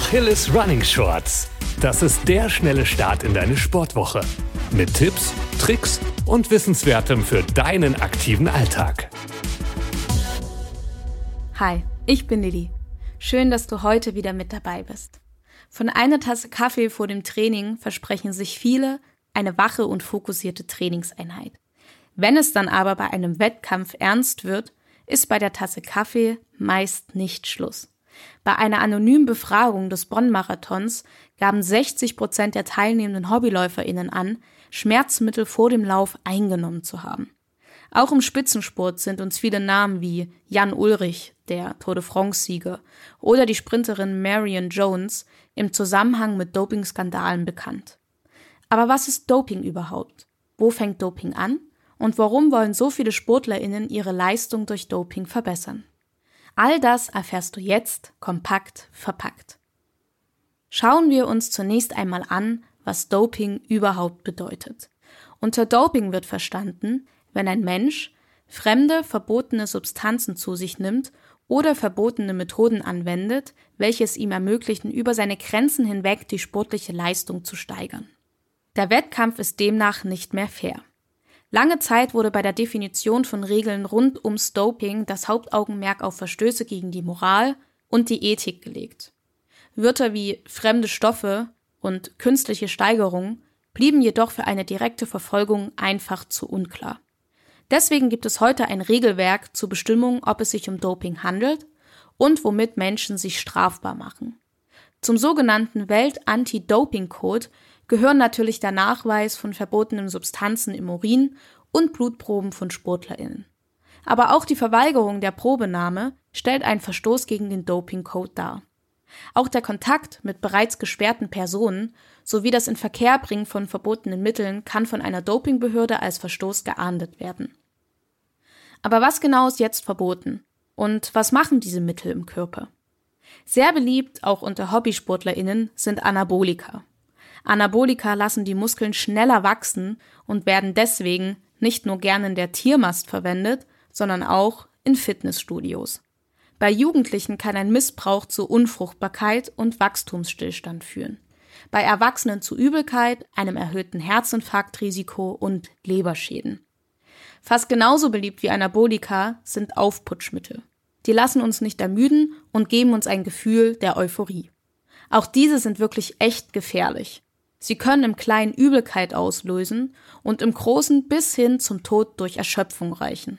Achilles Running Shorts. Das ist der schnelle Start in deine Sportwoche. Mit Tipps, Tricks und Wissenswertem für deinen aktiven Alltag. Hi, ich bin Lilly. Schön, dass du heute wieder mit dabei bist. Von einer Tasse Kaffee vor dem Training versprechen sich viele eine wache und fokussierte Trainingseinheit. Wenn es dann aber bei einem Wettkampf ernst wird, ist bei der Tasse Kaffee meist nicht Schluss. Bei einer anonymen Befragung des Bonn-Marathons gaben 60% der teilnehmenden HobbyläuferInnen an, Schmerzmittel vor dem Lauf eingenommen zu haben. Auch im Spitzensport sind uns viele Namen wie Jan Ullrich, der Tour de France-Sieger, oder die Sprinterin Marion Jones im Zusammenhang mit Dopingskandalen bekannt. Aber was ist Doping überhaupt? Wo fängt Doping an? Und warum wollen so viele SportlerInnen ihre Leistung durch Doping verbessern? All das erfährst du jetzt kompakt verpackt. Schauen wir uns zunächst einmal an, was Doping überhaupt bedeutet. Unter Doping wird verstanden, wenn ein Mensch fremde, verbotene Substanzen zu sich nimmt oder verbotene Methoden anwendet, welche es ihm ermöglichen, über seine Grenzen hinweg die sportliche Leistung zu steigern. Der Wettkampf ist demnach nicht mehr fair. Lange Zeit wurde bei der Definition von Regeln rund ums Doping das Hauptaugenmerk auf Verstöße gegen die Moral und die Ethik gelegt. Wörter wie fremde Stoffe und künstliche Steigerung blieben jedoch für eine direkte Verfolgung einfach zu unklar. Deswegen gibt es heute ein Regelwerk zur Bestimmung, ob es sich um Doping handelt und womit Menschen sich strafbar machen. Zum sogenannten Welt-Anti-Doping-Code gehören natürlich der Nachweis von verbotenen Substanzen im Urin und Blutproben von SportlerInnen. Aber auch die Verweigerung der Probenahme stellt einen Verstoß gegen den Doping-Code dar. Auch der Kontakt mit bereits gesperrten Personen sowie das Inverkehrbringen von verbotenen Mitteln kann von einer Dopingbehörde als Verstoß geahndet werden. Aber was genau ist jetzt verboten? Und was machen diese Mittel im Körper? Sehr beliebt, auch unter HobbysportlerInnen, sind Anabolika. Anabolika lassen die Muskeln schneller wachsen und werden deswegen nicht nur gern in der Tiermast verwendet, sondern auch in Fitnessstudios. Bei Jugendlichen kann ein Missbrauch zu Unfruchtbarkeit und Wachstumsstillstand führen. Bei Erwachsenen zu Übelkeit, einem erhöhten Herzinfarktrisiko und Leberschäden. Fast genauso beliebt wie Anabolika sind Aufputschmittel. Die lassen uns nicht ermüden und geben uns ein Gefühl der Euphorie. Auch diese sind wirklich echt gefährlich. Sie können im Kleinen Übelkeit auslösen und im Großen bis hin zum Tod durch Erschöpfung reichen.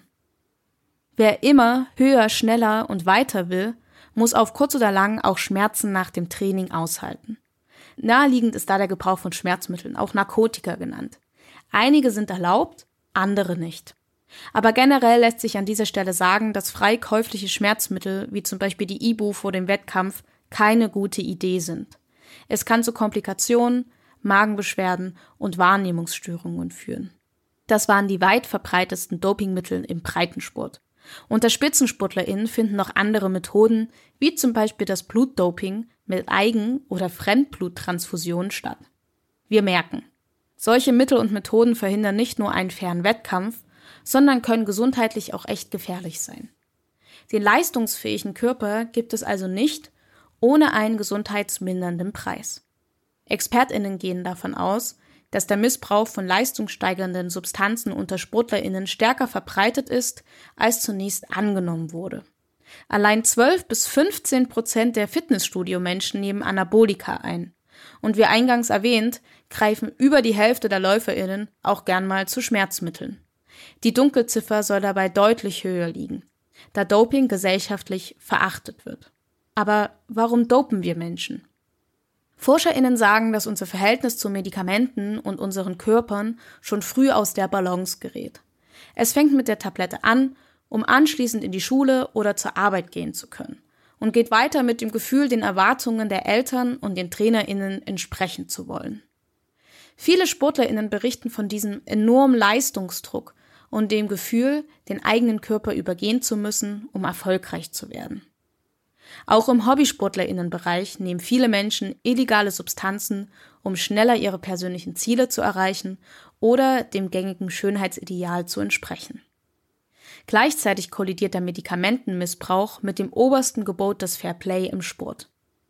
Wer immer höher, schneller und weiter will, muss auf kurz oder lang auch Schmerzen nach dem Training aushalten. Naheliegend ist da der Gebrauch von Schmerzmitteln, auch Narkotika genannt. Einige sind erlaubt, andere nicht. Aber generell lässt sich an dieser Stelle sagen, dass frei käufliche Schmerzmittel, wie zum Beispiel die Ibu vor dem Wettkampf, keine gute Idee sind. Es kann zu Komplikationen, Magenbeschwerden und Wahrnehmungsstörungen führen. Das waren die weit verbreitetsten Dopingmittel im Breitensport. Unter SpitzensportlerInnen finden noch andere Methoden, wie zum Beispiel das Blutdoping mit Eigen- oder Fremdbluttransfusionen statt. Wir merken, solche Mittel und Methoden verhindern nicht nur einen fairen Wettkampf, sondern können gesundheitlich auch echt gefährlich sein. Den leistungsfähigen Körper gibt es also nicht ohne einen gesundheitsmindernden Preis. ExpertInnen gehen davon aus, dass der Missbrauch von leistungssteigernden Substanzen unter SportlerInnen stärker verbreitet ist, als zunächst angenommen wurde. Allein 12-15% der Fitnessstudio-Menschen nehmen Anabolika ein. Und wie eingangs erwähnt, greifen über die Hälfte der LäuferInnen auch gern mal zu Schmerzmitteln. Die Dunkelziffer soll dabei deutlich höher liegen, da Doping gesellschaftlich verachtet wird. Aber warum dopen wir Menschen? ForscherInnen sagen, dass unser Verhältnis zu Medikamenten und unseren Körpern schon früh aus der Balance gerät. Es fängt mit der Tablette an, um anschließend in die Schule oder zur Arbeit gehen zu können, und geht weiter mit dem Gefühl, den Erwartungen der Eltern und den TrainerInnen entsprechen zu wollen. Viele SportlerInnen berichten von diesem enormen Leistungsdruck und dem Gefühl, den eigenen Körper übergehen zu müssen, um erfolgreich zu werden. Auch im HobbysportlerInnenbereich nehmen viele Menschen illegale Substanzen, um schneller ihre persönlichen Ziele zu erreichen oder dem gängigen Schönheitsideal zu entsprechen. Gleichzeitig kollidiert der Medikamentenmissbrauch mit dem obersten Gebot des Fair Play im Sport.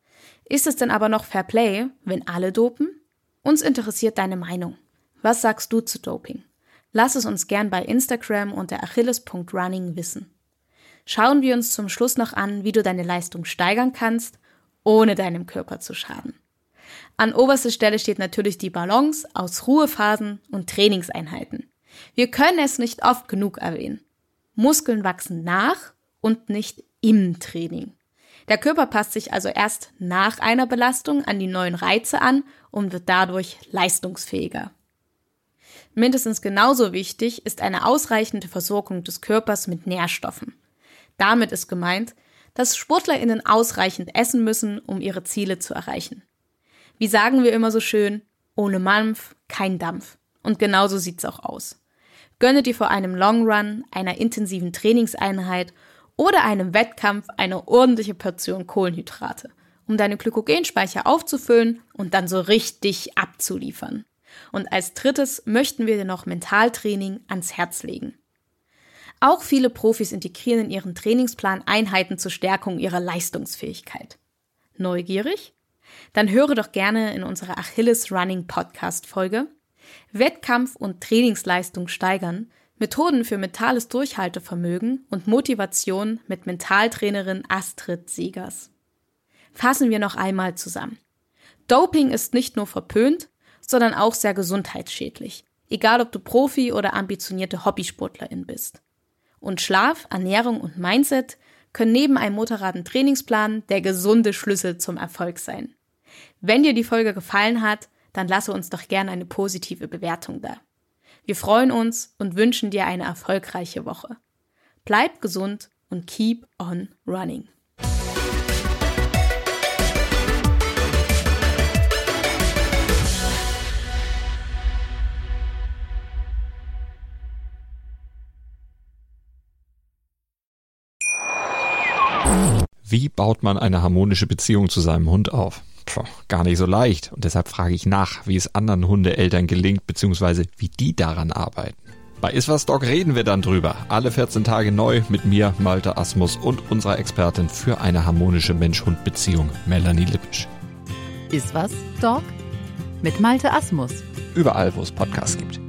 Ist es denn aber noch Fair Play, wenn alle dopen? Uns interessiert deine Meinung. Was sagst du zu Doping? Lass es uns gern bei Instagram unter achilles.running wissen. Schauen wir uns zum Schluss noch an, wie du deine Leistung steigern kannst, ohne deinem Körper zu schaden. An oberster Stelle steht natürlich die Balance aus Ruhephasen und Trainingseinheiten. Wir können es nicht oft genug erwähnen. Muskeln wachsen nach und nicht im Training. Der Körper passt sich also erst nach einer Belastung an die neuen Reize an und wird dadurch leistungsfähiger. Mindestens genauso wichtig ist eine ausreichende Versorgung des Körpers mit Nährstoffen. Damit ist gemeint, dass SportlerInnen ausreichend essen müssen, um ihre Ziele zu erreichen. Wie sagen wir immer so schön, ohne Mampf kein Dampf. Und genauso sieht's auch aus. Gönne dir vor einem Long Run, einer intensiven Trainingseinheit oder einem Wettkampf eine ordentliche Portion Kohlenhydrate, um deine Glykogenspeicher aufzufüllen und dann so richtig abzuliefern. Und als drittes möchten wir dir noch Mentaltraining ans Herz legen. Auch viele Profis integrieren in ihren Trainingsplan Einheiten zur Stärkung ihrer Leistungsfähigkeit. Neugierig? Dann höre doch gerne in unserer Achilles Running Podcast Folge Wettkampf- und Trainingsleistung steigern, Methoden für mentales Durchhaltevermögen und Motivation mit Mentaltrainerin Astrid Siegers. Fassen wir noch einmal zusammen. Doping ist nicht nur verpönt, sondern auch sehr gesundheitsschädlich, egal ob du Profi oder ambitionierte Hobbysportlerin bist. Und Schlaf, Ernährung und Mindset können neben einem moderaten Trainingsplan der gesunde Schlüssel zum Erfolg sein. Wenn dir die Folge gefallen hat, dann lasse uns doch gerne eine positive Bewertung da. Wir freuen uns und wünschen dir eine erfolgreiche Woche. Bleib gesund und keep on running. Wie baut man eine harmonische Beziehung zu seinem Hund auf? Gar nicht so leicht. Und deshalb frage ich nach, wie es anderen Hundeeltern gelingt, beziehungsweise wie die daran arbeiten. Bei Iswas Dog reden wir dann drüber. Alle 14 Tage neu mit mir, Malte Asmus und unserer Expertin für eine harmonische Mensch-Hund-Beziehung, Melanie Lippisch. Iswas Dog mit Malte Asmus. Überall, wo es Podcasts gibt.